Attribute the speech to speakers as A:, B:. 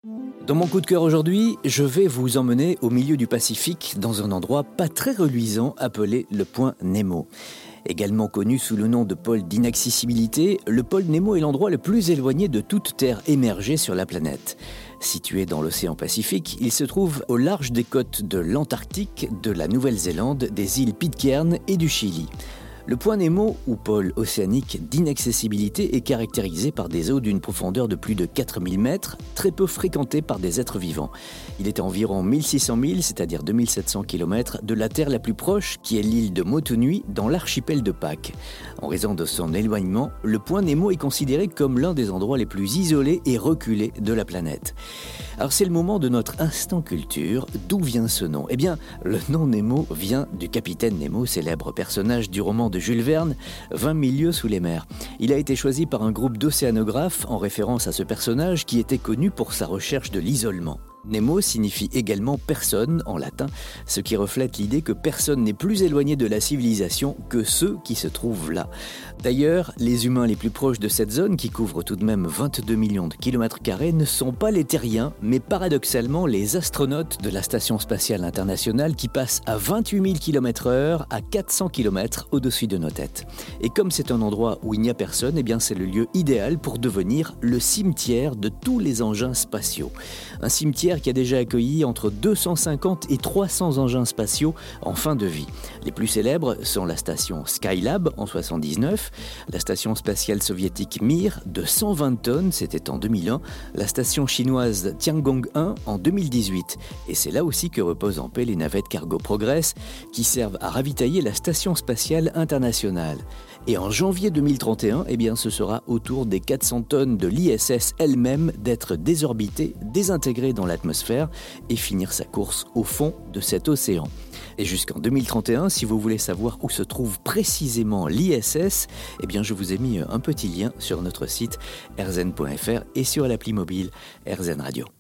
A: Dans mon coup de cœur aujourd'hui, je vais vous emmener au milieu du Pacifique, dans un endroit pas très reluisant appelé le Point Nemo. Également connu sous le nom de pôle d'inaccessibilité, le pôle Nemo est l'endroit le plus éloigné de toute terre émergée sur la planète. Situé dans l'océan Pacifique, il se trouve au large des côtes de l'Antarctique, de la Nouvelle-Zélande, des îles Pitcairn et du Chili. Le Point Nemo, ou pôle océanique d'inaccessibilité, est caractérisé par des eaux d'une profondeur de plus de 4000 mètres, très peu fréquentées par des êtres vivants. Il est à environ 1600 milles, c'est-à-dire 2700 km, de la Terre la plus proche, qui est l'île de Motunui, dans l'archipel de Pâques. En raison de son éloignement, le Point Nemo est considéré comme l'un des endroits les plus isolés et reculés de la planète. Alors c'est le moment de notre instant culture. D'où vient ce nom ? Eh bien, le nom Nemo vient du capitaine Nemo, célèbre personnage du roman de Jules Verne, 20 000 lieues sous les mers. Il a été choisi par un groupe d'océanographes en référence à ce personnage qui était connu pour sa recherche de l'isolement. Nemo signifie également personne en latin, ce qui reflète l'idée que personne n'est plus éloigné de la civilisation que ceux qui se trouvent là. D'ailleurs, les humains les plus proches de cette zone, qui couvre tout de même 22 millions de kilomètres carrés, ne sont pas les terriens, mais paradoxalement les astronautes de la Station spatiale internationale qui passent à 28 000 km/h à 400 km au-dessus de nos têtes. Et comme c'est un endroit où il n'y a personne, eh bien c'est le lieu idéal pour devenir le cimetière de tous les engins spatiaux. Un cimetière qui a déjà accueilli entre 250 et 300 engins spatiaux en fin de vie. Les plus célèbres sont la station Skylab en 1979, la station spatiale soviétique Mir de 120 tonnes, c'était en 2001, la station chinoise Tiangong-1 en 2018. Et c'est là aussi que reposent en paix les navettes cargo Progress qui servent à ravitailler la station spatiale internationale. Et en janvier 2031, eh bien, ce sera au tour des 400 tonnes de l'ISS elle-même d'être désorbitée, désintégrée dans l'atmosphère et finir sa course au fond de cet océan. Et jusqu'en 2031, si vous voulez savoir où se trouve précisément l'ISS, eh bien, je vous ai mis un petit lien sur notre site rzn.fr et sur l'appli mobile RZN Radio.